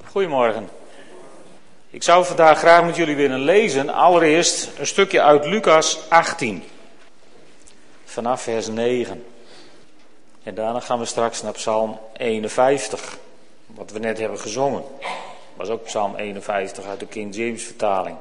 Goedemorgen. Ik zou vandaag graag met jullie willen lezen, allereerst een stukje uit Lucas 18, vanaf vers 9. En daarna gaan we straks naar Psalm 51, wat we net hebben gezongen. Dat was ook Psalm 51 uit de King James vertaling.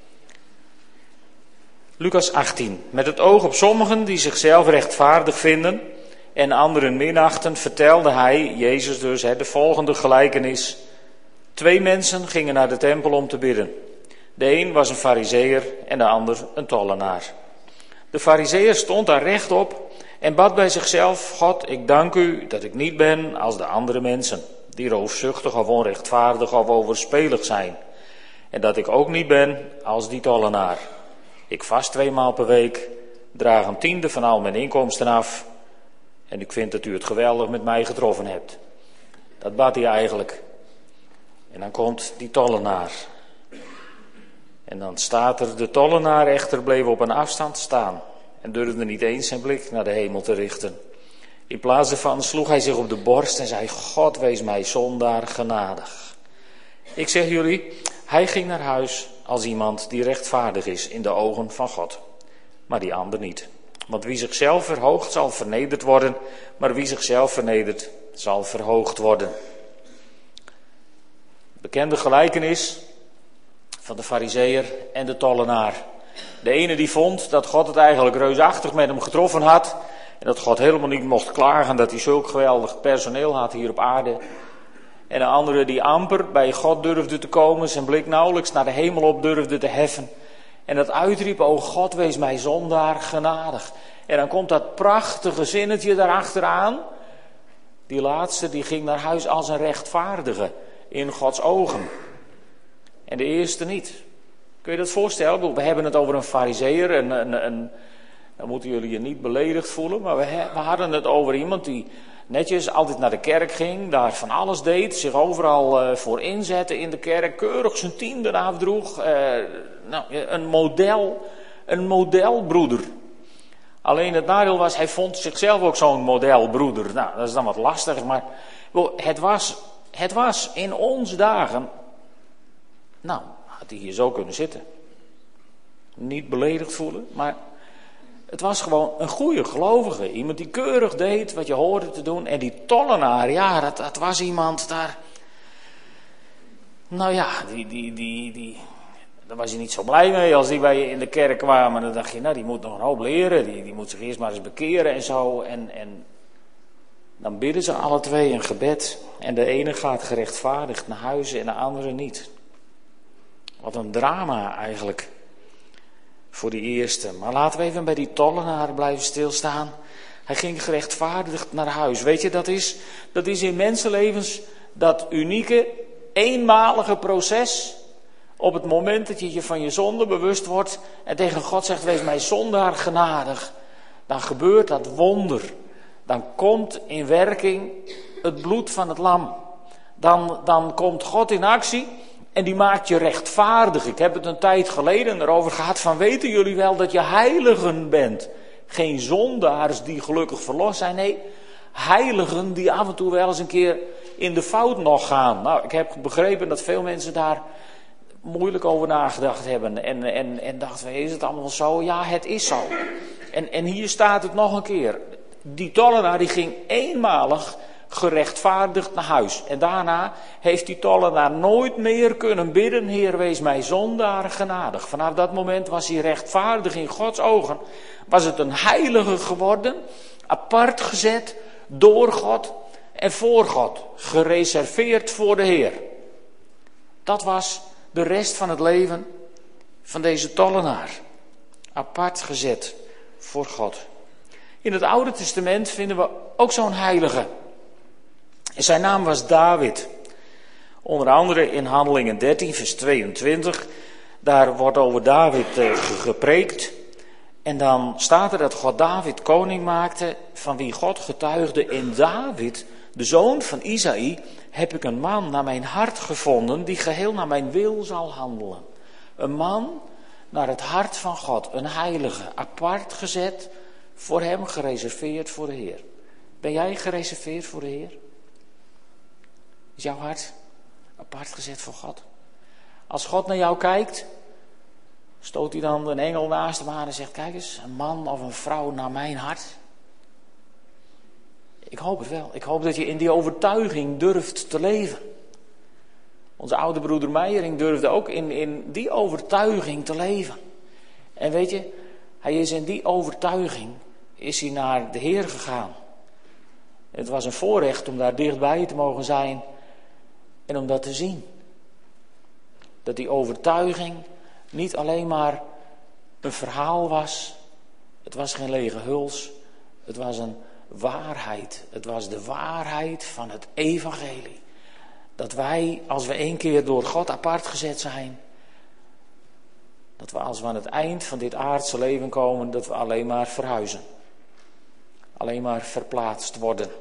Lucas 18. Met het oog op sommigen die zichzelf rechtvaardig vinden en anderen minachten, vertelde hij, Jezus dus, de volgende gelijkenis. 2 mensen gingen naar de tempel om te bidden. De een was een farizeeër en de ander een tollenaar. De farizeeër stond daar rechtop en bad bij zichzelf: God, ik dank u dat ik niet ben als de andere mensen, die roofzuchtig of onrechtvaardig of overspelig zijn. En dat ik ook niet ben als die tollenaar. Ik vast 2 maal per week, draag een tiende van al mijn inkomsten af en ik vind dat u het geweldig met mij getroffen hebt. Dat bad hij eigenlijk. En dan komt die tollenaar. En dan staat er: de tollenaar echter bleef op een afstand staan en durfde niet eens zijn blik naar de hemel te richten. In plaats daarvan sloeg hij zich op de borst en zei: God, wees mij zondaar genadig. Ik zeg jullie, hij ging naar huis als iemand die rechtvaardig is in de ogen van God. Maar die ander niet. Want wie zichzelf verhoogt zal vernederd worden, maar wie zichzelf vernedert zal verhoogd worden. Bekende gelijkenis van de farizeeër en de tollenaar. De ene die vond dat God het eigenlijk reusachtig met hem getroffen had. En dat God helemaal niet mocht klagen dat hij zulk geweldig personeel had hier op aarde. En de andere die amper bij God durfde te komen, zijn blik nauwelijks naar de hemel op durfde te heffen. En dat uitriep: o God, wees mij zondaar genadig. En dan komt dat prachtige zinnetje daarachteraan. Die laatste die ging naar huis als een rechtvaardige in Gods ogen. En de eerste niet. Kun je dat voorstellen? We hebben het over een farizeeër. Dan moeten jullie je niet beledigd voelen. Maar we hadden het over iemand die netjes altijd naar de kerk ging. Daar van alles deed. Zich overal voor inzette in de kerk. Keurig zijn tiende afdroeg. Een modelbroeder. Alleen het nadeel was, hij vond zichzelf ook zo'n modelbroeder. Nou, dat is dan wat lastiger. Maar het was in onze dagen. Nou, had hij hier zo kunnen zitten. Niet beledigd voelen, maar het was gewoon een goede gelovige. Iemand die keurig deed wat je hoorde te doen. En die tollenaar, ja, dat was iemand daar. Nou ja, daar was je niet zo blij mee als die bij je in de kerk kwamen. Dan dacht je, nou, die moet nog een hoop leren. Die moet zich eerst maar eens bekeren en zo. En dan bidden ze alle 2 een gebed. En de ene gaat gerechtvaardigd naar huis en de andere niet. Wat een drama eigenlijk voor die eerste. Maar laten we even bij die tollenaar blijven stilstaan. Hij ging gerechtvaardigd naar huis. Weet je, dat is in mensenlevens dat unieke, eenmalige proces. Op het moment dat je je van je zonde bewust wordt en tegen God zegt: wees mij zondaar genadig. Dan gebeurt dat wonder. Dan komt in werking het bloed van het lam. Dan komt God in actie en die maakt je rechtvaardig. Ik heb het een tijd geleden erover gehad van: weten jullie wel dat je heiligen bent? Geen zondaars die gelukkig verlost zijn. Nee, heiligen die af en toe wel eens een keer in de fout nog gaan. Nou, ik heb begrepen dat veel mensen daar moeilijk over nagedacht hebben. En dachten: is het allemaal zo? Ja, het is zo. En hier staat het nog een keer. Die tollenaar die ging eenmalig gerechtvaardigd naar huis. En daarna heeft die tollenaar nooit meer kunnen bidden: Heer, wees mij zondaar genadig. Vanaf dat moment was hij rechtvaardig in Gods ogen. Was het een heilige geworden, apart gezet door God en voor God. Gereserveerd voor de Heer. Dat was de rest van het leven van deze tollenaar. Apart gezet voor God. In het Oude Testament vinden we ook zo'n heilige. En zijn naam was David. Onder andere in Handelingen 13 vers 22. Daar wordt over David gepreekt. En dan staat er dat God David koning maakte, van wie God getuigde: in David, de zoon van Isaï, heb ik een man naar mijn hart gevonden, die geheel naar mijn wil zal handelen. Een man naar het hart van God, een heilige, apart gezet, voor hem gereserveerd voor de Heer. Ben jij gereserveerd voor de Heer? Is jouw hart Apart gezet voor God. Als God naar jou kijkt, stoot hij dan een engel naast hem aan en zegt, kijk eens, een man of een vrouw naar mijn hart. Ik hoop het wel. Ik hoop dat je in die overtuiging durft te leven. Onze oude broeder Meijering durfde ook in die overtuiging te leven. En weet je, hij is in die overtuiging is hij naar de Heer gegaan. Het was een voorrecht om daar dichtbij te mogen zijn en om dat te zien. Dat die overtuiging niet alleen maar een verhaal was. Het was geen lege huls. Het was een waarheid. Het was de waarheid van het evangelie. Dat wij, als we 1 keer door God apart gezet zijn, dat we als we aan het eind van dit aardse leven komen, dat we alleen maar verhuizen. Alleen maar verplaatst worden.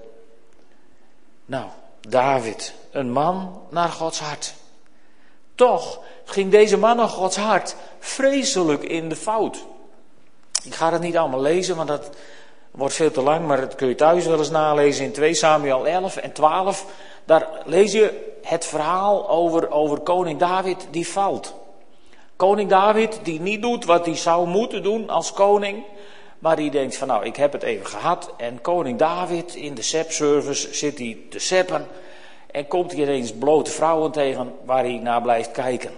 Nou, David, een man naar Gods hart. Toch ging deze man naar Gods hart vreselijk in de fout. Ik ga het niet allemaal lezen, want dat wordt veel te lang, maar dat kun je thuis wel eens nalezen in 2 Samuel 11 en 12. Daar lees je het verhaal over koning David die valt. Koning David die niet doet wat hij zou moeten doen als koning, maar die denkt van nou, ik heb het even gehad. En koning David in de sepservice zit hij te seppen en komt hij ineens blote vrouwen tegen waar hij naar blijft kijken.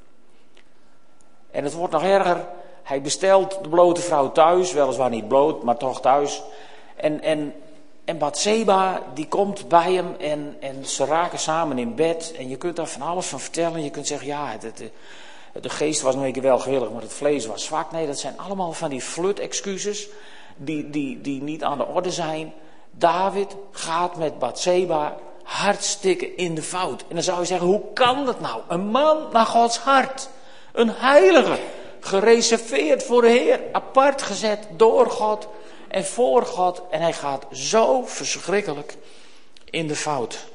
En het wordt nog erger. Hij bestelt de blote vrouw thuis, weliswaar niet bloot, maar toch thuis. En Bathseba, die komt bij hem en ze raken samen in bed. En je kunt daar van alles van vertellen. Je kunt zeggen, ja, de geest was nog een keer wel gewillig, maar het vlees was zwak. Nee, dat zijn allemaal van die flut-excuses die niet aan de orde zijn. David gaat met Bathseba hartstikke in de fout. En dan zou je zeggen, hoe kan dat nou? Een man naar Gods hart. Een heilige. Gereserveerd voor de Heer. Apart gezet door God en voor God. En hij gaat zo verschrikkelijk in de fout.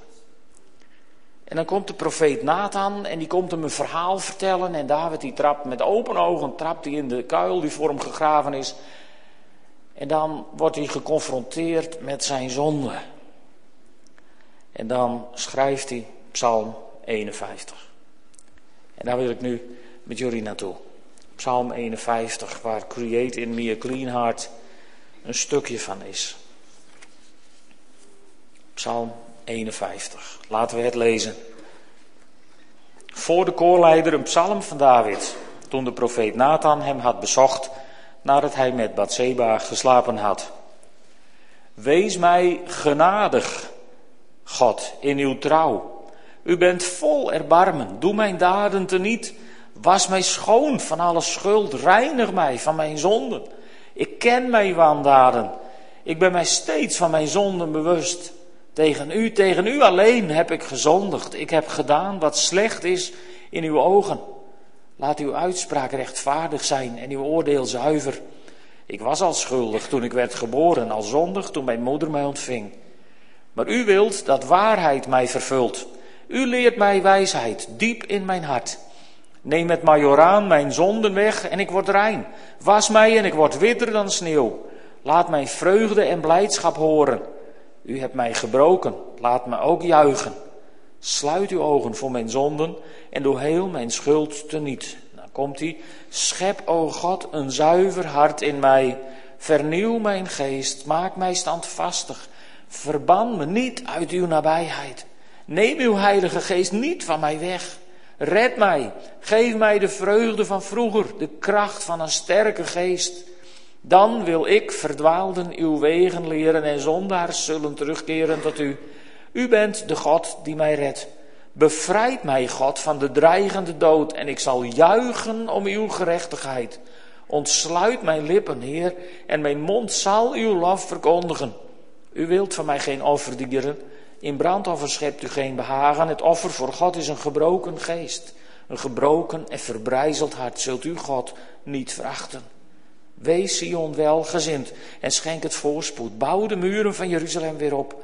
En dan komt de profeet Nathan en die komt hem een verhaal vertellen. En David die trapt met open ogen in de kuil die voor hem gegraven is. En dan wordt hij geconfronteerd met zijn zonde. En dan schrijft hij Psalm 51. En daar wil ik nu met jullie naartoe. Psalm 51, waar Create in Me a Clean Heart een stukje van is. Psalm 51. Laten we het lezen. Voor de koorleider een psalm van David, toen de profeet Nathan hem had bezocht, nadat hij met Bathseba geslapen had. Wees mij genadig, God, in uw trouw. U bent vol erbarmen, doe mijn daden teniet. Was mij schoon van alle schuld, reinig mij van mijn zonden. Ik ken mijn wandaden, ik ben mij steeds van mijn zonden bewust. Tegen u alleen heb ik gezondigd. Ik heb gedaan wat slecht is in uw ogen. Laat uw uitspraak rechtvaardig zijn en uw oordeel zuiver. Ik was al schuldig toen ik werd geboren, al zondig toen mijn moeder mij ontving. Maar u wilt dat waarheid mij vervult. U leert mij wijsheid diep in mijn hart. Neem met majoraan mijn zonden weg en ik word rein. Was mij en ik word witter dan sneeuw. Laat mij vreugde en blijdschap horen. U hebt mij gebroken, laat me ook juichen. Sluit uw ogen voor mijn zonden en doe heel mijn schuld teniet. Dan komt hij. Schep, o God, een zuiver hart in mij. Vernieuw mijn geest, maak mij standvastig. Verban me niet uit uw nabijheid. Neem uw heilige geest niet van mij weg. Red mij, geef mij de vreugde van vroeger, de kracht van een sterke geest. Dan wil ik verdwaalden uw wegen leren en zondaars zullen terugkeren tot u. U bent de God die mij redt. Bevrijd mij, God, van de dreigende dood en ik zal juichen om uw gerechtigheid. Ontsluit mijn lippen, Heer, en mijn mond zal uw lof verkondigen. U wilt van mij geen offerdieren. In brandoffer schept u geen behagen. Het offer voor God is een gebroken geest. Een gebroken en verbrijzeld hart zult u, God, niet verachten. Wees Sion welgezind en schenk het voorspoed. Bouw de muren van Jeruzalem weer op.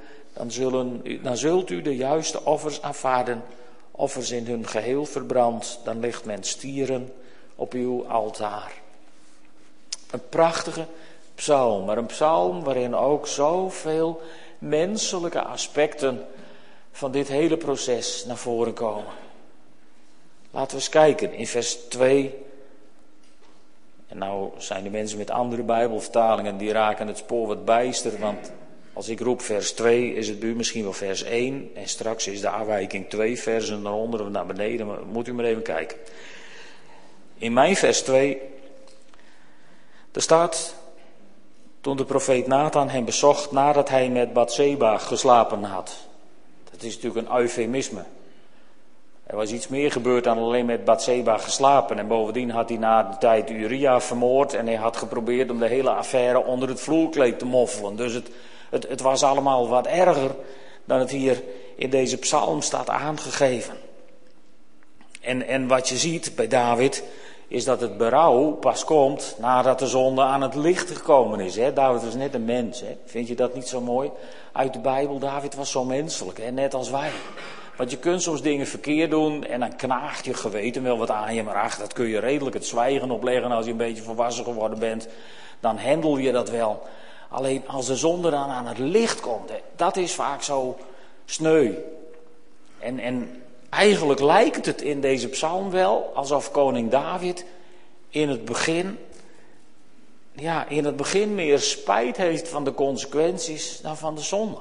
Dan zult u de juiste offers aanvaarden. Offers in hun geheel verbrand. Dan legt men stieren op uw altaar. Een prachtige psalm. Maar een psalm waarin ook zoveel menselijke aspecten van dit hele proces naar voren komen. Laten we eens kijken in vers 2. En nou zijn de mensen met andere Bijbelvertalingen, die raken het spoor wat bijster. Want als ik roep vers 2, is het bij u misschien wel vers 1. En straks is de afwijking 2 versen naar onder of naar beneden. Maar moet u maar even kijken. In mijn vers 2, er staat: toen de profeet Nathan hem bezocht nadat hij met Batseba geslapen had. Dat is natuurlijk een eufemisme. Er was iets meer gebeurd dan alleen met Batseba geslapen. En bovendien had hij na de tijd Uria vermoord. En hij had geprobeerd om de hele affaire onder het vloerkleed te moffelen. Dus het was allemaal wat erger dan het hier in deze psalm staat aangegeven. En wat je ziet bij David is dat het berouw pas komt nadat de zonde aan het licht gekomen is. Hè? David was net een mens. Hè? Vind je dat niet zo mooi? Uit de Bijbel, David was zo menselijk, hè? Net als wij. Want je kunt soms dingen verkeerd doen en dan knaagt je geweten wel wat aan je. Maar ach, dat kun je redelijk het zwijgen opleggen als je een beetje volwassen geworden bent. Dan handel je dat wel. Alleen als de zonde dan aan het licht komt, hè, dat is vaak zo sneu. En eigenlijk lijkt het in deze psalm wel alsof koning David in het begin meer spijt heeft van de consequenties dan van de zonde.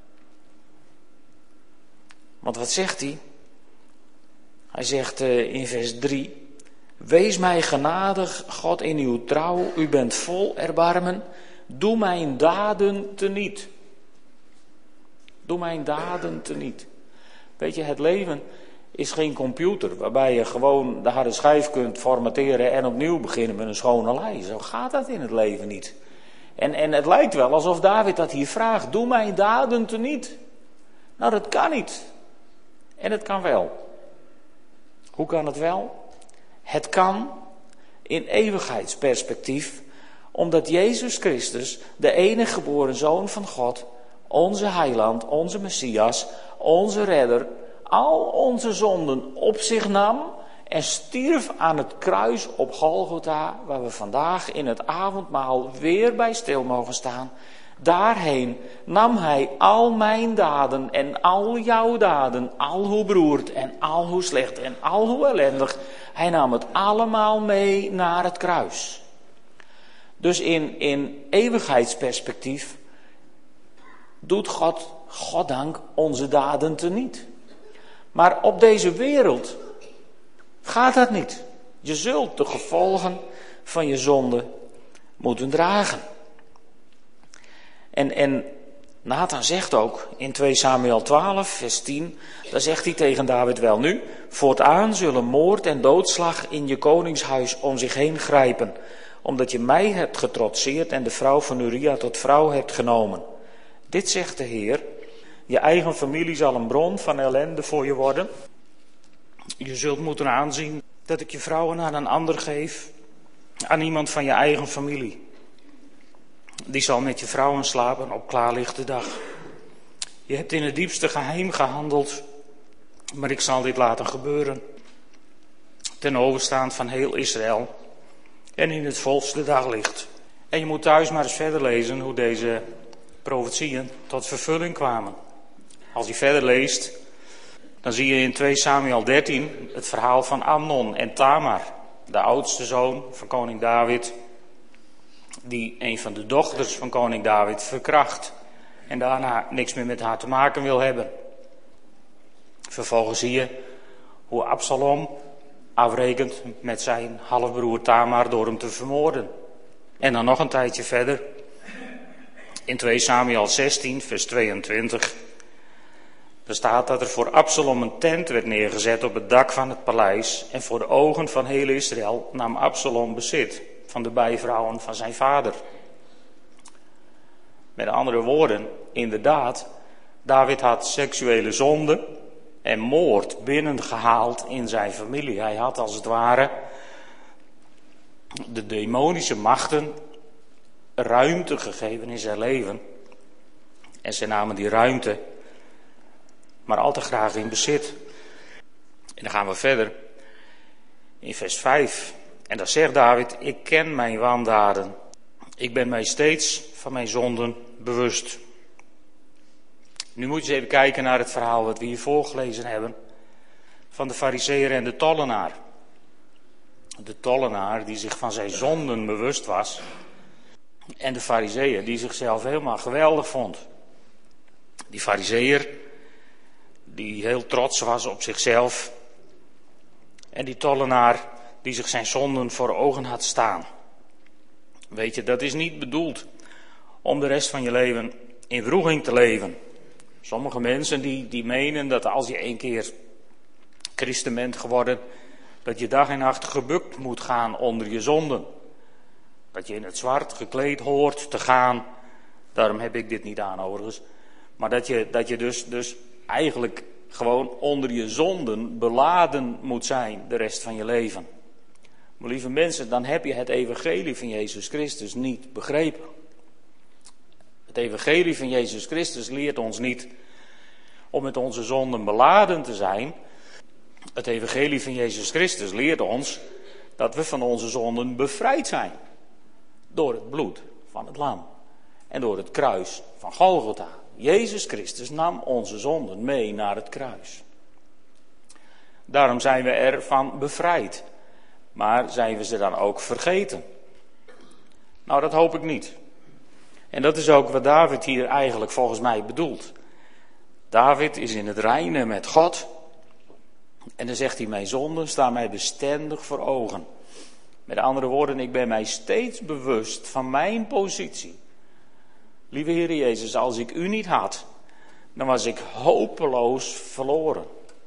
Want wat zegt hij? Hij zegt in vers 3: wees mij genadig, God, in uw trouw, u bent vol erbarmen, doe mijn daden teniet. Doe mijn daden teniet. Weet je, het leven is geen computer waarbij je gewoon de harde schijf kunt formateren en opnieuw beginnen met een schone lei. Zo gaat dat in het leven niet. En het lijkt wel alsof David dat hier vraagt: doe mijn daden teniet. Nou, dat kan niet. En het kan wel. Hoe kan het wel? Het kan in eeuwigheidsperspectief, omdat Jezus Christus, de enige geboren Zoon van God, onze heiland, onze Messias, onze redder, al onze zonden op zich nam en stierf aan het kruis op Golgotha, waar we vandaag in het avondmaal weer bij stil mogen staan. Daarheen nam hij al mijn daden en al jouw daden, al hoe beroerd en al hoe slecht en al hoe ellendig. Hij nam het allemaal mee naar het kruis. Dus in eeuwigheidsperspectief doet God, goddank, onze daden teniet. Maar op deze wereld gaat dat niet. Je zult de gevolgen van je zonde moeten dragen. En Nathan zegt ook in 2 Samuel 12 vers 10, daar zegt hij tegen David: wel nu, voortaan zullen moord en doodslag in je koningshuis om zich heen grijpen, omdat je mij hebt getrotseerd en de vrouw van Uria tot vrouw hebt genomen. Dit zegt de Heer: je eigen familie zal een bron van ellende voor je worden. Je zult moeten aanzien dat ik je vrouwen aan een ander geef, aan iemand van je eigen familie. Die zal met je vrouwen slapen op klaarlichte dag. Je hebt in het diepste geheim gehandeld, maar ik zal dit laten gebeuren. Ten overstaan van heel Israël en in het volste daglicht. En je moet thuis maar eens verder lezen hoe deze profetieën tot vervulling kwamen. Als je verder leest, dan zie je in 2 Samuel 13 het verhaal van Amnon en Tamar, de oudste zoon van koning David, die een van de dochters van koning David verkracht en daarna niks meer met haar te maken wil hebben. Vervolgens zie je hoe Absalom afrekent met zijn halfbroer Tamar door hem te vermoorden. En dan nog een tijdje verder, in 2 Samuel 16 vers 22, er staat dat er voor Absalom een tent werd neergezet op het dak van het paleis en voor de ogen van heel Israël nam Absalom bezit van de bijvrouwen van zijn vader. Met andere woorden, inderdaad, David had seksuele zonde en moord binnengehaald in zijn familie. Hij had als het ware de demonische machten ruimte gegeven in zijn leven. En ze namen die ruimte maar al te graag in bezit. En dan gaan we verder in vers 5. En dan zegt David: ik ken mijn wandaden. Ik ben mij steeds van mijn zonden bewust. Nu moet je eens even kijken naar het verhaal wat we hier voorgelezen hebben van de farizeeër en de tollenaar. De tollenaar die zich van zijn zonden bewust was en de farizeeër die zichzelf helemaal geweldig vond. Die farizeeër die heel trots was op zichzelf en die tollenaar die zich zijn zonden voor ogen had staan. Weet je, dat is niet bedoeld om de rest van je leven in wroeging te leven. Sommige mensen die menen dat als je een keer christen bent geworden, dat je dag en nacht gebukt moet gaan onder je zonden. Dat je in het zwart gekleed hoort te gaan. Daarom heb ik dit niet aan overigens. Maar dat je dus eigenlijk gewoon onder je zonden beladen moet zijn de rest van je leven. Maar lieve mensen, dan heb je het evangelie van Jezus Christus niet begrepen. Het evangelie van Jezus Christus leert ons niet om met onze zonden beladen te zijn. Het evangelie van Jezus Christus leert ons dat we van onze zonden bevrijd zijn. Door het bloed van het lam. En door het kruis van Golgotha. Jezus Christus nam onze zonden mee naar het kruis. Daarom zijn we ervan bevrijd. Maar zijn we ze dan ook vergeten? Nou, dat hoop ik niet. En dat is ook wat David hier eigenlijk volgens mij bedoelt. David is in het reine met God. En dan zegt hij, mijn zonden staan mij bestendig voor ogen. Met andere woorden, ik ben mij steeds bewust van mijn positie. Lieve Heer Jezus, als ik u niet had, dan was ik hopeloos verloren.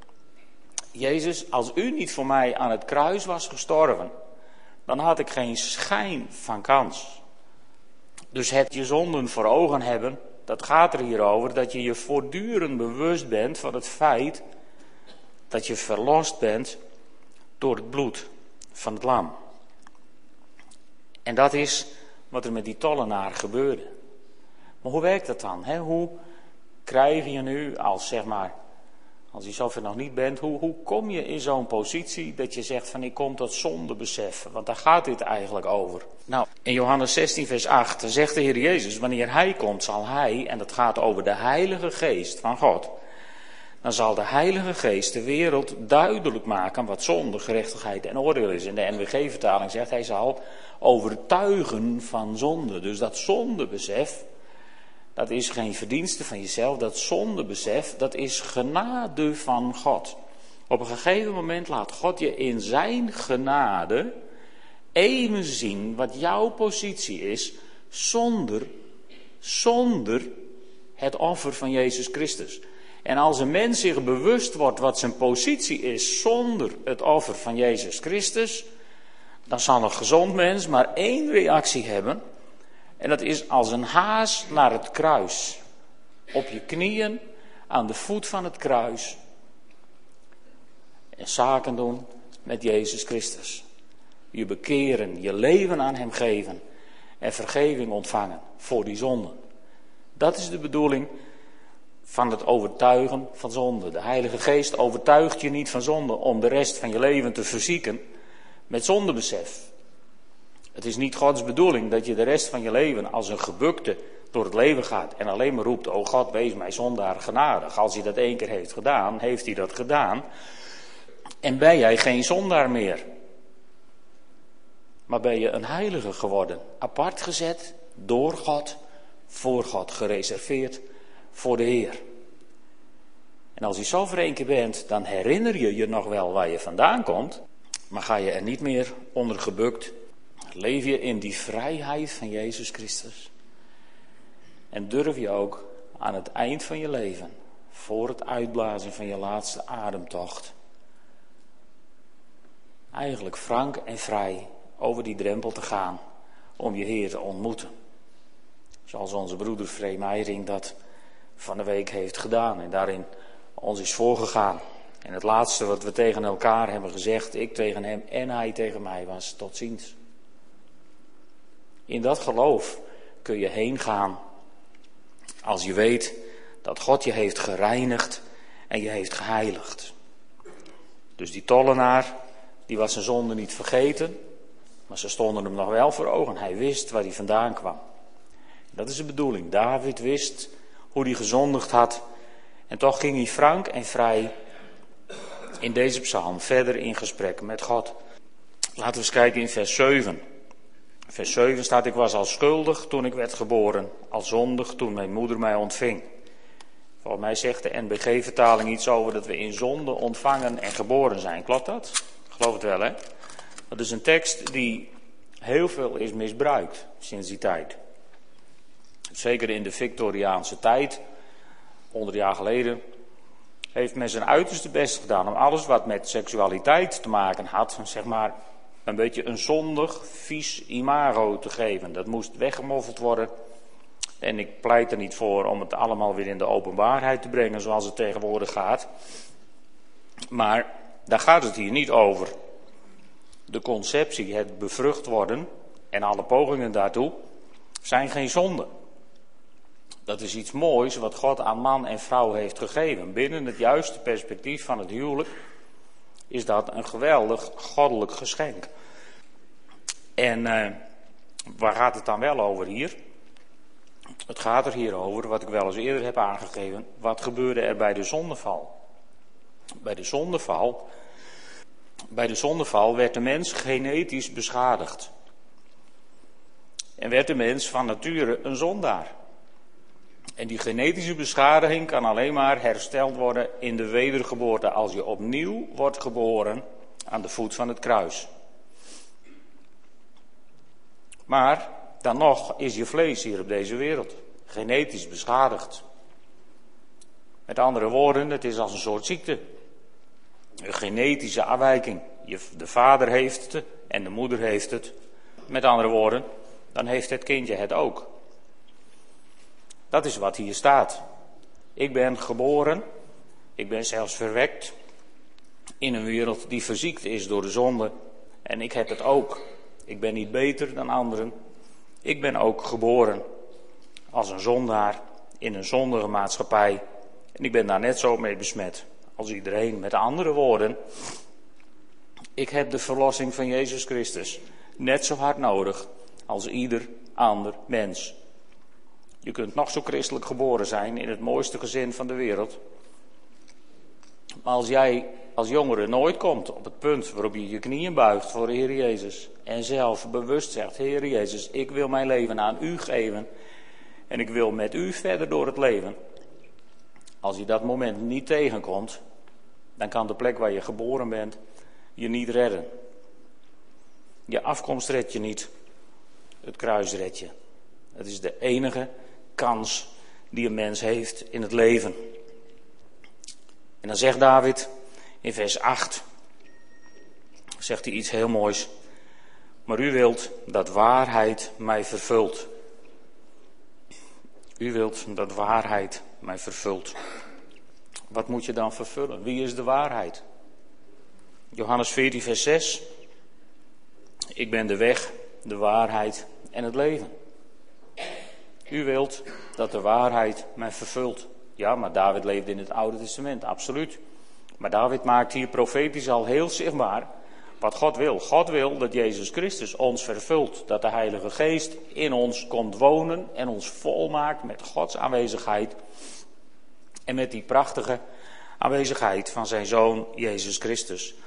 Jezus, als u niet voor mij aan het kruis was gestorven, dan had ik geen schijn van kans. Dus het je zonden voor ogen hebben, dat gaat er hier over, dat je je voortdurend bewust bent van het feit dat je verlost bent door het bloed van het lam. En dat is wat er met die tollenaar gebeurde. Maar hoe werkt dat dan? Hoe krijg je nu, als je zover nog niet bent, hoe kom je in zo'n positie dat je zegt van ik kom tot zondebesef? Want daar gaat dit eigenlijk over. Nou, in Johannes 16 vers 8 zegt de Heer Jezus, wanneer Hij komt zal Hij, en dat gaat over de Heilige Geest van God, dan zal de Heilige Geest de wereld duidelijk maken wat zonde, gerechtigheid en oordeel is. In de NWG-vertaling zegt Hij zal overtuigen van zonde. Dus dat zondebesef, dat is geen verdienste van jezelf. Dat zondebesef, dat is genade van God. Op een gegeven moment laat God je in zijn genade even zien wat jouw positie is zonder het offer van Jezus Christus. En als een mens zich bewust wordt wat zijn positie is zonder het offer van Jezus Christus, dan zal een gezond mens maar één reactie hebben. En dat is als een haas naar het kruis. Op je knieën, aan de voet van het kruis. En zaken doen met Jezus Christus. Je bekeren, je leven aan Hem geven. En vergeving ontvangen voor die zonden. Dat is de bedoeling van het overtuigen van zonde. De Heilige Geest overtuigt je niet van zonde om de rest van je leven te verzieken met zondebesef. Het is niet Gods bedoeling dat je de rest van je leven als een gebukte door het leven gaat en alleen maar roept, o God, wees mij zondaar genadig. Als hij dat 1 keer heeft gedaan, heeft hij dat gedaan. En ben jij geen zondaar meer. Maar ben je een heilige geworden, apart gezet door God, voor God gereserveerd, voor de Heer. En als je zo voor 1 keer bent, dan herinner je je nog wel waar je vandaan komt, maar ga je er niet meer onder gebukt. Leef je in die vrijheid van Jezus Christus. En durf je ook aan het eind van je leven, voor het uitblazen van je laatste ademtocht, eigenlijk frank en vrij over die drempel te gaan om je Heer te ontmoeten. Zoals onze broeder Free Meiring dat van de week heeft gedaan en daarin ons is voorgegaan. En het laatste wat we tegen elkaar hebben gezegd, ik tegen hem en hij tegen mij, was tot ziens. In dat geloof kun je heen gaan als je weet dat God je heeft gereinigd en je heeft geheiligd. Dus die tollenaar, die was zijn zonde niet vergeten, maar ze stonden hem nog wel voor ogen. Hij wist waar hij vandaan kwam. Dat is de bedoeling. David wist hoe hij gezondigd had En toch ging hij frank en vrij in deze psalm verder in gesprek met God. Laten we eens kijken in vers 7. Vers 7 staat: ik was al schuldig toen ik werd geboren, al zondig toen mijn moeder mij ontving. Volgens mij zegt de NBG-vertaling iets over dat we in zonde ontvangen en geboren zijn. Klopt dat? Ik geloof het wel, hè? Dat is een tekst die heel veel is misbruikt sinds die tijd. Zeker in de Victoriaanse tijd, 100 jaar geleden, heeft men zijn uiterste best gedaan om alles wat met seksualiteit te maken had, zeg maar, een beetje een zondig, vies imago te geven. Dat moest weggemoffeld worden. En ik pleit er niet voor om het allemaal weer in de openbaarheid te brengen zoals het tegenwoordig gaat. Maar daar gaat het hier niet over. De conceptie, het bevrucht worden en alle pogingen daartoe zijn geen zonde. Dat is iets moois wat God aan man en vrouw heeft gegeven. Binnen het juiste perspectief van het huwelijk is dat een geweldig goddelijk geschenk. En waar gaat het dan wel over hier? Het gaat er hier over, wat ik wel eens eerder heb aangegeven, wat gebeurde er bij de zondeval? Bij de zondeval werd de mens genetisch beschadigd. En werd de mens van nature een zondaar. En die genetische beschadiging kan alleen maar hersteld worden in de wedergeboorte, als je opnieuw wordt geboren aan de voet van het kruis. Maar dan nog is je vlees hier op deze wereld genetisch beschadigd. Met andere woorden, het is als een soort ziekte. Een genetische afwijking. De vader heeft het en de moeder heeft het. Met andere woorden, dan heeft het kindje het ook. Dat is wat hier staat. Ik ben geboren, ik ben zelfs verwekt in een wereld die verziekt is door de zonde. En ik heb het ook. Ik ben niet beter dan anderen. Ik ben ook geboren als een zondaar in een zondige maatschappij. En ik ben daar net zo mee besmet als iedereen. Met andere woorden, ik heb de verlossing van Jezus Christus net zo hard nodig als ieder ander mens. Je kunt nog zo christelijk geboren zijn in het mooiste gezin van de wereld. Maar als jij als jongere nooit komt op het punt waarop je je knieën buigt voor de Heer Jezus. En zelf bewust zegt: Heer Jezus, ik wil mijn leven aan u geven. En ik wil met u verder door het leven. Als je dat moment niet tegenkomt, dan kan de plek waar je geboren bent je niet redden. Je afkomst redt je niet. Het kruis redt je. Het is de enige kans die een mens heeft in het leven. En dan zegt David in vers 8, zegt hij iets heel moois. Maar u wilt dat waarheid mij vervult. U wilt dat waarheid mij vervult. Wat moet je dan vervullen? Wie is de waarheid? Johannes 14 vers 6. Ik ben de weg, de waarheid en het leven. U wilt dat de waarheid mij vervult. Ja, maar David leefde in het Oude Testament, absoluut. Maar David maakt hier profetisch al heel zichtbaar wat God wil. God wil dat Jezus Christus ons vervult. Dat de Heilige Geest in ons komt wonen en ons volmaakt met Gods aanwezigheid. En met die prachtige aanwezigheid van zijn Zoon Jezus Christus.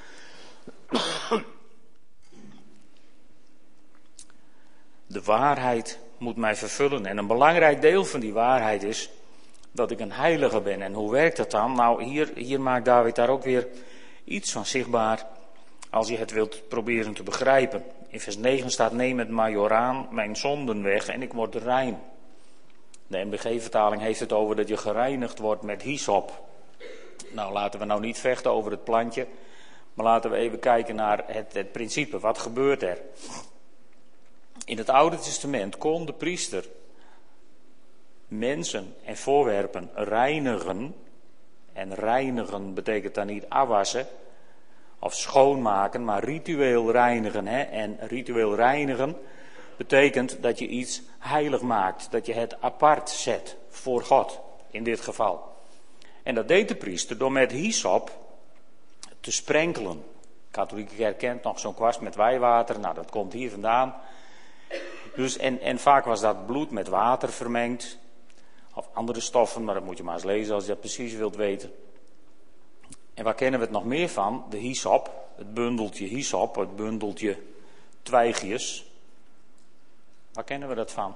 De waarheid moet mij vervullen. En een belangrijk deel van die waarheid is dat ik een heilige ben. En hoe werkt dat dan? Nou, hier maakt David daar ook weer iets van zichtbaar, als je het wilt proberen te begrijpen. In vers 9 staat: neem met majoraan mijn zonden weg en ik word rein. De NBG-vertaling heeft het over dat je gereinigd wordt met hyssop. Nou, laten we nou niet vechten over het plantje, maar laten we even kijken naar het principe. Wat gebeurt er? In het Oude Testament kon de priester mensen en voorwerpen reinigen. En reinigen betekent dan niet afwassen of schoonmaken, maar ritueel reinigen. En ritueel reinigen betekent dat je iets heilig maakt. Dat je het apart zet voor God, in dit geval. En dat deed de priester door met hyssop te sprenkelen. De katholieke kerk kent nog zo'n kwast met wijwater. Nou, dat komt hier vandaan. Dus, en vaak was dat bloed met water vermengd. Of andere stoffen, maar dat moet je maar eens lezen als je dat precies wilt weten. En waar kennen we het nog meer van? De hyssop, het bundeltje hyssop, het bundeltje twijgjes. Waar kennen we dat van?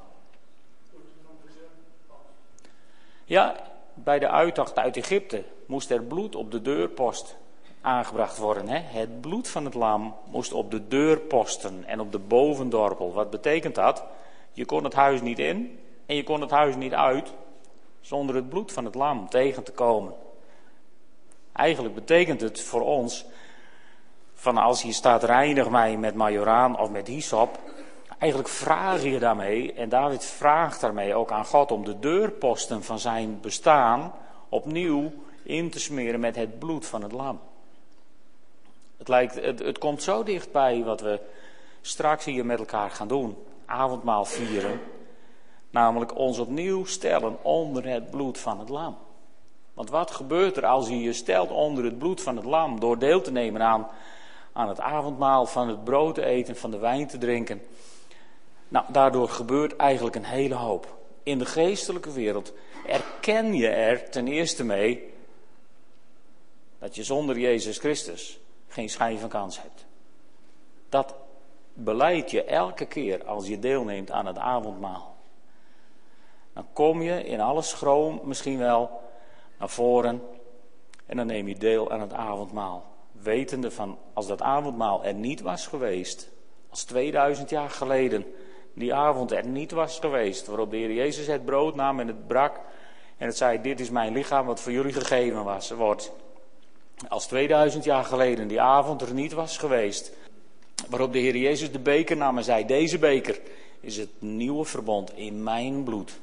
Ja, bij de uittocht uit Egypte moest er bloed op de deurpost aangebracht worden. Hè? Het bloed van het lam moest op de deurposten en op de bovendorpel. Wat betekent dat? Je kon het huis niet in en je kon het huis niet uit zonder het bloed van het lam tegen te komen. Eigenlijk betekent het voor ons, van als hier staat reinig mij met majoraan of met hyssop, eigenlijk vraag je daarmee, en David vraagt daarmee ook aan God om de deurposten van zijn bestaan opnieuw in te smeren met het bloed van het lam. Het komt zo dichtbij wat we straks hier met elkaar gaan doen, avondmaal vieren, namelijk ons opnieuw stellen onder het bloed van het lam. Want wat gebeurt er als je je stelt onder het bloed van het lam door deel te nemen aan het avondmaal, van het brood te eten, van de wijn te drinken? Nou, daardoor gebeurt eigenlijk een hele hoop. In de geestelijke wereld erken je er ten eerste mee dat je zonder Jezus Christus geen schijn van kans hebt. Dat belijd je elke keer als je deelneemt aan het avondmaal. Dan kom je in alle schroom misschien wel naar voren en dan neem je deel aan het avondmaal. Wetende van, als dat avondmaal er niet was geweest, als 2000 jaar geleden die avond er niet was geweest, waarop de Heer Jezus het brood nam en het brak en het zei, dit is mijn lichaam wat voor jullie gegeven wordt. Als 2000 jaar geleden die avond er niet was geweest, waarop de Heer Jezus de beker nam en zei, deze beker is het nieuwe verbond in mijn bloed.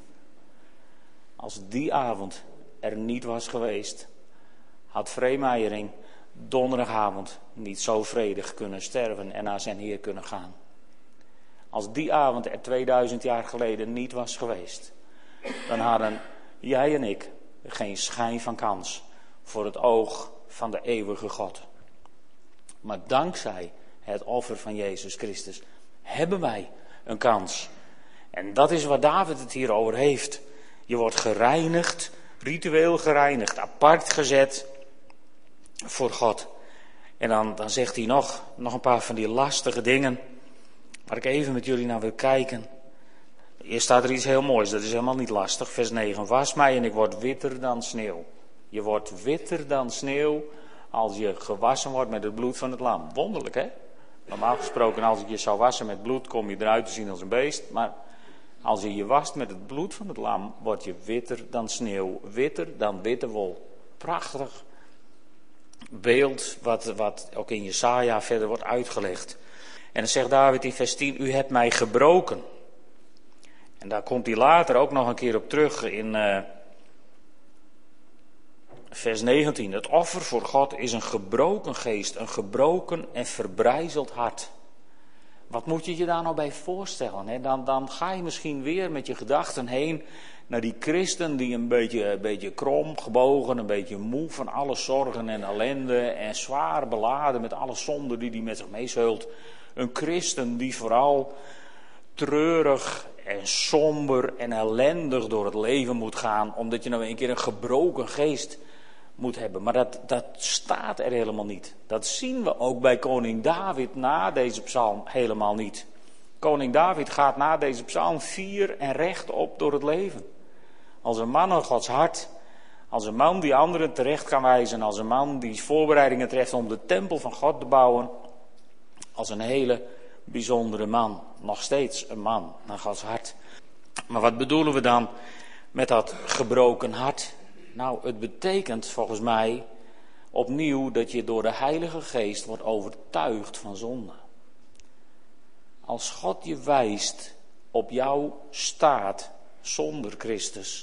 Als die avond er niet was geweest, had Vreemeiering donderdagavond niet zo vredig kunnen sterven en naar zijn Heer kunnen gaan. Als die avond er 2000 jaar geleden niet was geweest, dan hadden jij en ik geen schijn van kans voor het oog van de eeuwige God. Maar dankzij het offer van Jezus Christus hebben wij een kans. En dat is waar David het hier over heeft. Je wordt gereinigd, ritueel gereinigd, apart gezet voor God. En dan zegt hij nog een paar van die lastige dingen waar ik even met jullie naar wil kijken. Eerst staat er iets heel moois, dat is helemaal niet lastig. Vers 9, was mij en ik word witter dan sneeuw. Je wordt witter dan sneeuw als je gewassen wordt met het bloed van het lam. Wonderlijk, hè? Normaal gesproken, als ik je zou wassen met bloed, kom je eruit te zien als een beest. Maar als je je wast met het bloed van het lam, word je witter dan sneeuw. Witter dan witte wol. Prachtig beeld wat ook in Jesaja verder wordt uitgelegd. En dan zegt David in vers 10, u hebt mij gebroken. En daar komt hij later ook nog een keer op terug in vers 19. Het offer voor God is een gebroken geest, een gebroken en verbrijzeld hart. Wat moet je je daar nou bij voorstellen? Hè? Dan ga je misschien weer met je gedachten heen naar die christen die een beetje krom, gebogen, een beetje moe van alle zorgen en ellende en zwaar beladen met alle zonden die hij met zich meezeult. Een christen die vooral treurig en somber en ellendig door het leven moet gaan, omdat je nou een keer een gebroken geest moet hebben. Maar dat staat er helemaal niet. Dat zien we ook bij koning David na deze psalm helemaal niet. Koning David gaat na deze psalm fier en rechtop door het leven. Als een man aan Gods hart. Als een man die anderen terecht kan wijzen. Als een man die voorbereidingen treft om de tempel van God te bouwen. Als een hele bijzondere man. Nog steeds een man naar Gods hart. Maar wat bedoelen we dan met dat gebroken hart? Nou, het betekent volgens mij opnieuw dat je door de Heilige Geest wordt overtuigd van zonde. Als God je wijst op jouw staat zonder Christus.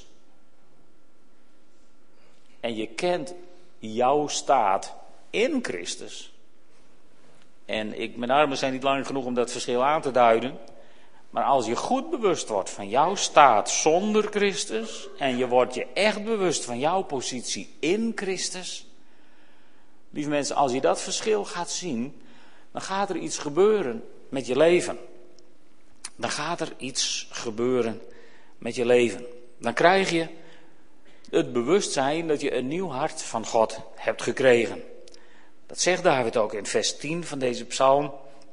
En je kent jouw staat in Christus. En mijn armen zijn niet lang genoeg om dat verschil aan te duiden. Maar als je goed bewust wordt van jouw staat zonder Christus. En je wordt je echt bewust van jouw positie in Christus. Lieve mensen, als je dat verschil gaat zien. Dan gaat er iets gebeuren met je leven. Dan gaat er iets gebeuren met je leven. Dan krijg je Het bewustzijn dat je een nieuw hart van God hebt gekregen. Dat zegt David ook in vers 10 van deze psalm.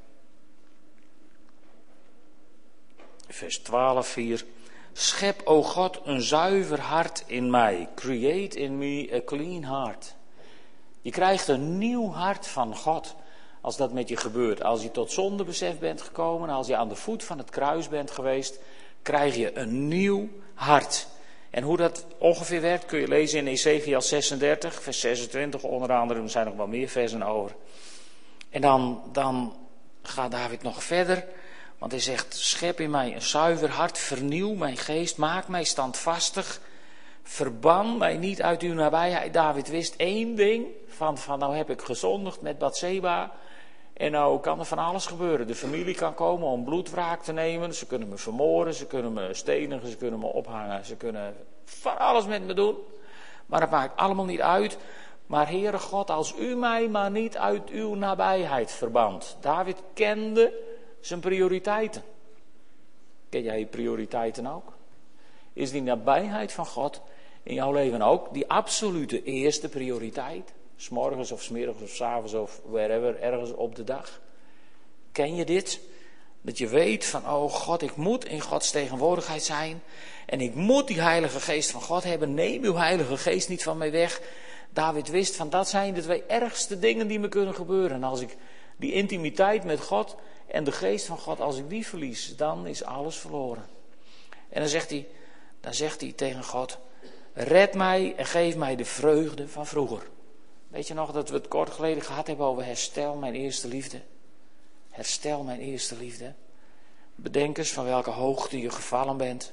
Vers 12 hier. Schep, o God, een zuiver hart in mij. Create in me a clean heart. Je krijgt een nieuw hart van God als dat met je gebeurt. Als je tot zondebesef bent gekomen, als je aan de voet van het kruis bent geweest, krijg je een nieuw hart. En hoe dat ongeveer werkt kun je lezen in Ezekiel 36, vers 26 onder andere. Er zijn nog wel meer versen over. En dan gaat David nog verder. Want hij zegt, schep in mij een zuiver hart, vernieuw mijn geest, maak mij standvastig. Verban mij niet uit uw nabijheid. David wist één ding, van nou heb ik gezondigd met Batseba. En nou kan er van alles gebeuren. De familie kan komen om bloedwraak te nemen. Ze kunnen me vermoorden, ze kunnen me stenigen, ze kunnen me ophangen. Ze kunnen van alles met me doen. Maar dat maakt allemaal niet uit. Maar Heere God, als u mij maar niet uit uw nabijheid verbant. David kende zijn prioriteiten. Ken jij je prioriteiten ook? Is die nabijheid van God in jouw leven ook die absolute eerste prioriteit? 's Morgens of 's middags of 's avonds of wherever, ergens op de dag. Ken je dit? Dat je weet van, oh God, ik moet in Gods tegenwoordigheid zijn. En ik moet die Heilige Geest van God hebben. Neem uw Heilige Geest niet van mij weg. David wist van, dat zijn de twee ergste dingen die me kunnen gebeuren. En als ik die intimiteit met God en de Geest van God, als ik die verlies, dan is alles verloren. En dan zegt hij tegen God, red mij en geef mij de vreugde van vroeger. Weet je nog dat we het kort geleden gehad hebben over herstel mijn eerste liefde? Herstel mijn eerste liefde. Bedenk eens van welke hoogte je gevallen bent.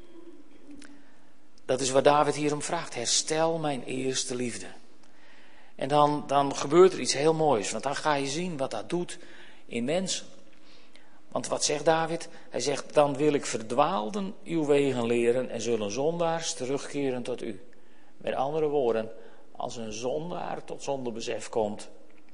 Dat is wat David hier om vraagt. Herstel mijn eerste liefde. En dan gebeurt er iets heel moois. Want dan ga je zien wat dat doet in mensen. Want wat zegt David? Hij zegt, dan wil ik verdwaalden uw wegen leren en zullen zondaars terugkeren tot u. Met andere woorden, als een zondaar tot zondebesef komt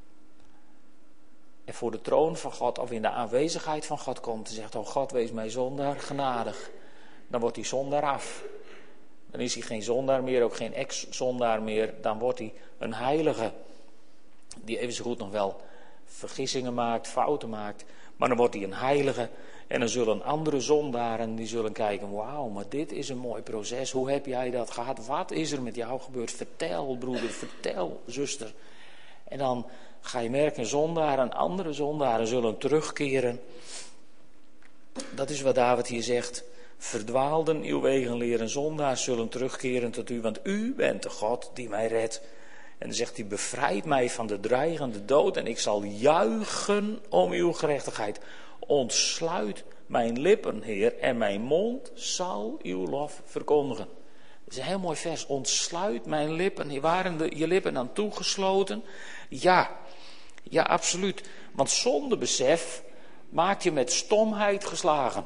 en voor de troon van God of in de aanwezigheid van God komt en zegt, oh God, wees mij zondaar genadig. Dan wordt die zondaar af. Dan is hij geen zondaar meer, ook geen ex-zondaar meer. Dan wordt hij een heilige die even zo goed nog wel vergissingen maakt, fouten maakt. Maar dan wordt hij een heilige en dan zullen andere zondaren die zullen kijken, wauw, maar dit is een mooi proces. Hoe heb jij dat gehad? Wat is er met jou gebeurd? Vertel broeder, vertel zuster. En dan ga je merken, zondaren, andere zondaren zullen terugkeren. Dat is wat David hier zegt. Verdwaalden uw wegen leren, zondaars zullen terugkeren tot u, want u bent de God die mij redt. En dan zegt hij, bevrijd mij van de dreigende dood en ik zal juichen om uw gerechtigheid. Ontsluit mijn lippen, Heer, en mijn mond zal uw lof verkondigen. Dat is een heel mooi vers. Ontsluit mijn lippen. Waren je lippen dan toegesloten? Ja, absoluut. Want zondebesef maakt je met stomheid geslagen.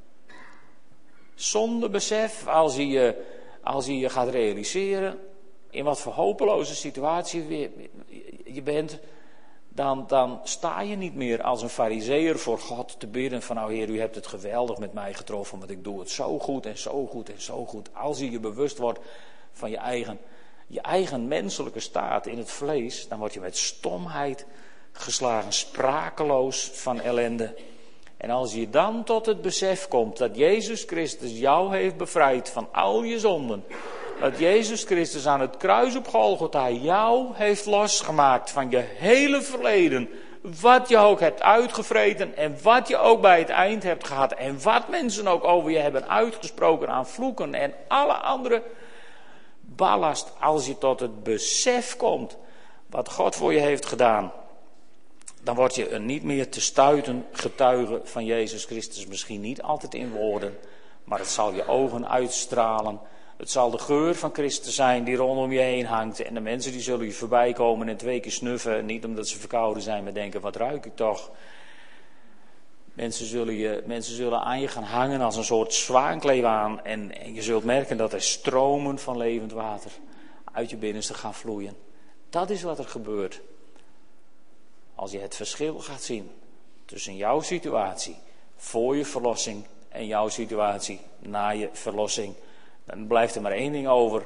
Zondebesef, als je je gaat realiseren in wat voor hopeloze situatie je bent, dan sta je niet meer als een farizeeër voor God te bidden van, nou Heer, u hebt het geweldig met mij getroffen, want ik doe het zo goed en zo goed en zo goed. Als je je bewust wordt van je eigen menselijke staat in het vlees, dan word je met stomheid geslagen, sprakeloos van ellende. En als je dan tot het besef komt dat Jezus Christus jou heeft bevrijd van al je zonden, dat Jezus Christus aan het kruis op Golgotha jou heeft losgemaakt van je hele verleden, wat je ook hebt uitgevreten en wat je ook bij het eind hebt gehad en wat mensen ook over je hebben uitgesproken aan vloeken en alle andere ballast, als je tot het besef komt wat God voor je heeft gedaan, dan word je een niet meer te stuiten getuige van Jezus Christus. Misschien niet altijd in woorden, maar het zal je ogen uitstralen. Het zal de geur van Christus zijn die rondom je heen hangt. En de mensen die zullen je voorbij komen en 2 keer snuffen. Niet omdat ze verkouden zijn, maar denken, wat ruik ik toch. Mensen zullen aan je gaan hangen als een soort zwaankleef aan. En je zult merken dat er stromen van levend water uit je binnenste gaan vloeien. Dat is wat er gebeurt. Als je het verschil gaat zien tussen jouw situatie voor je verlossing en jouw situatie na je verlossing, dan blijft er maar één ding over.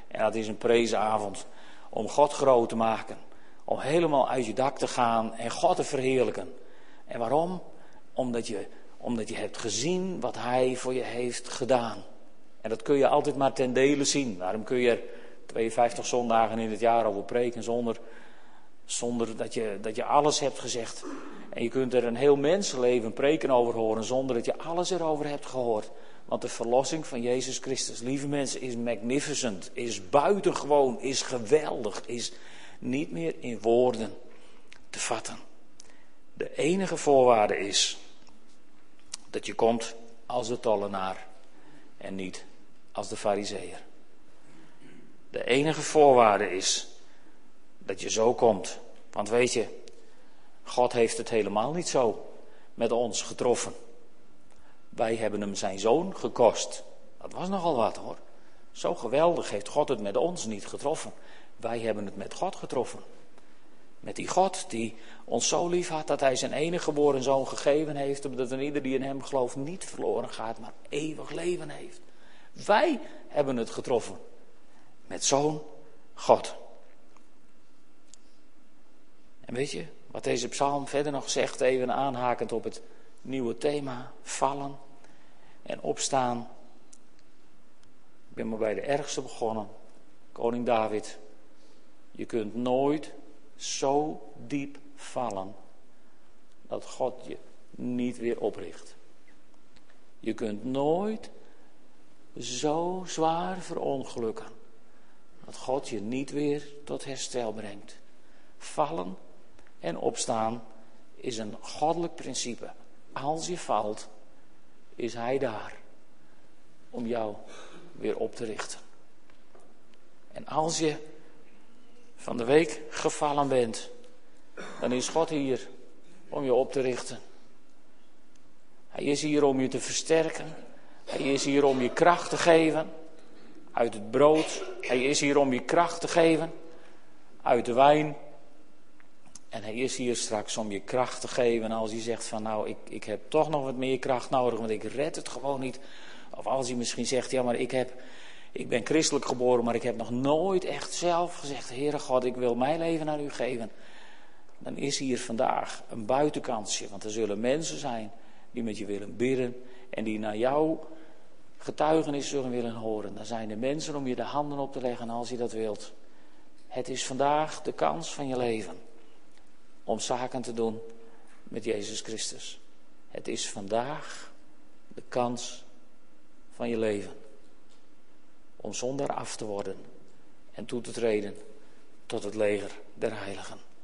En dat is een preesavond om God groot te maken. Om helemaal uit je dak te gaan en God te verheerlijken. En waarom? Omdat je hebt gezien wat Hij voor je heeft gedaan. En dat kun je altijd maar ten dele zien. Daarom kun je er 52 zondagen in het jaar over preken zonder dat je alles hebt gezegd. En je kunt er een heel mensenleven preken over horen zonder dat je alles erover hebt gehoord. Want de verlossing van Jezus Christus, lieve mensen, is magnificent, is buitengewoon, is geweldig, is niet meer in woorden te vatten. De enige voorwaarde is dat je komt als de tollenaar en niet als de farizeeër. De enige voorwaarde is dat je zo komt. Want weet je, God heeft het helemaal niet zo met ons getroffen. Wij hebben hem zijn zoon gekost. Dat was nogal wat hoor. Zo geweldig heeft God het met ons niet getroffen. Wij hebben het met God getroffen. Met die God die ons zo lief had dat hij zijn enige geboren zoon gegeven heeft. Opdat een ieder die in hem gelooft niet verloren gaat, maar eeuwig leven heeft. Wij hebben het getroffen. Met zo'n God. En weet je wat deze psalm verder nog zegt, even aanhakend op het nieuwe thema, vallen en opstaan. Ik ben maar bij de ergste begonnen, koning David. Je kunt nooit zo diep vallen dat God je niet weer opricht. Je kunt nooit zo zwaar verongelukken dat God je niet weer tot herstel brengt. Vallen en opstaan is een goddelijk principe. Als je valt, is Hij daar om jou weer op te richten. En als je van de week gevallen bent, dan is God hier om je op te richten. Hij is hier om je te versterken. Hij is hier om je kracht te geven uit het brood. Hij is hier om je kracht te geven uit de wijn. En hij is hier straks om je kracht te geven als je zegt van nou, ik heb toch nog wat meer kracht nodig, want ik red het gewoon niet. Of als je misschien zegt, ja maar ik ben christelijk geboren, maar ik heb nog nooit echt zelf gezegd, Heere God, ik wil mijn leven aan u geven. Dan is hier vandaag een buitenkansje, want er zullen mensen zijn die met je willen bidden en die naar jouw getuigenis zullen willen horen. Dan zijn er mensen om je de handen op te leggen als je dat wilt. Het is vandaag de kans van je leven om zaken te doen met Jezus Christus. Het is vandaag de kans van je leven om zondaar af te worden en toe te treden tot het leger der heiligen.